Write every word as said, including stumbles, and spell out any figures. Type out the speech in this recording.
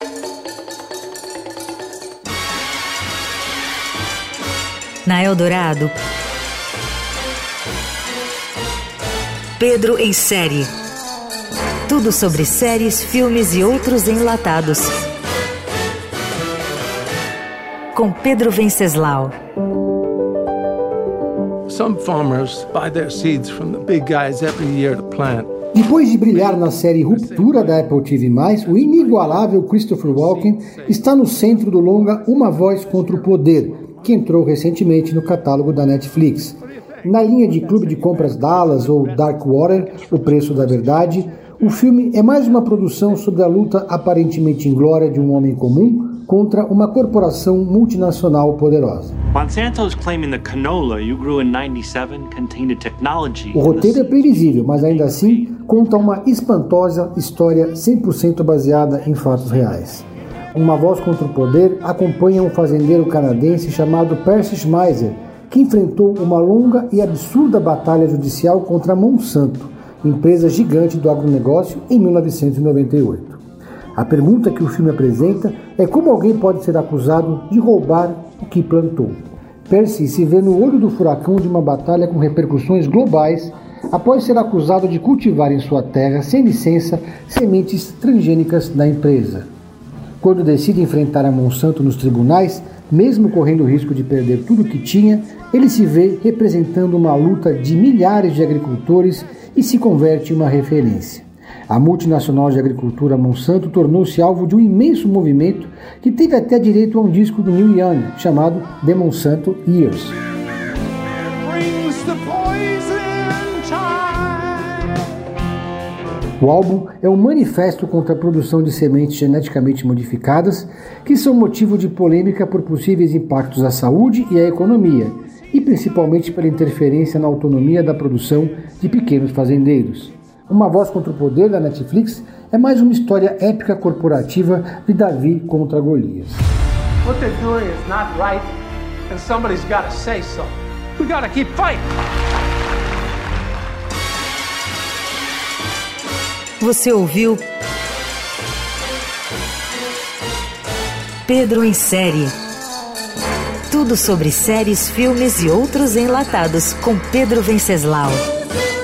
Na Eldorado, Pedro em Série. Tudo sobre séries, filmes e outros enlatados. Com Pedro Venceslau. Some farmers buy their seeds from the big guys every year to plant. Depois de brilhar na série Ruptura da Apple T V mais, o inigualável Christopher Walken está no centro do longa Uma Voz contra o Poder, que entrou recentemente no catálogo da Netflix. Na linha de Clube de Compras Dallas ou Darkwater, O Preço da Verdade, o filme é mais uma produção sobre a luta aparentemente inglória de um homem comum contra uma corporação multinacional poderosa. Monsanto's claiming the canola you grew in ninety-seven contained a technology. O roteiro é previsível, mas ainda assim conta uma espantosa história cem por cento baseada em fatos reais. Uma Voz contra o Poder acompanha um fazendeiro canadense chamado Percy Schmeiser, que enfrentou uma longa e absurda batalha judicial contra a Monsanto, empresa gigante do agronegócio, em mil novecentos e noventa e oito. A pergunta que o filme apresenta é como alguém pode ser acusado de roubar o que plantou. Percy se vê no olho do furacão de uma batalha com repercussões globais após ser acusado de cultivar em sua terra, sem licença, sementes transgênicas da empresa. Quando decide enfrentar a Monsanto nos tribunais, mesmo correndo o risco de perder tudo o que tinha, ele se vê representando uma luta de milhares de agricultores e se converte em uma referência. A multinacional de agricultura Monsanto tornou-se alvo de um imenso movimento que teve até direito a um disco do Neil Young, chamado The Monsanto Years. O álbum é um manifesto contra a produção de sementes geneticamente modificadas, que são motivo de polêmica por possíveis impactos à saúde e à economia, e principalmente pela interferência na autonomia da produção de pequenos fazendeiros. Uma Voz contra o Poder, da Netflix, é mais uma história épica corporativa de Davi contra Golias. What they're doing is not right, and somebody's got to say so. We got to keep fighting. Você ouviu Pedro em Série. Tudo sobre séries, filmes e outros enlatados com Pedro Venceslau.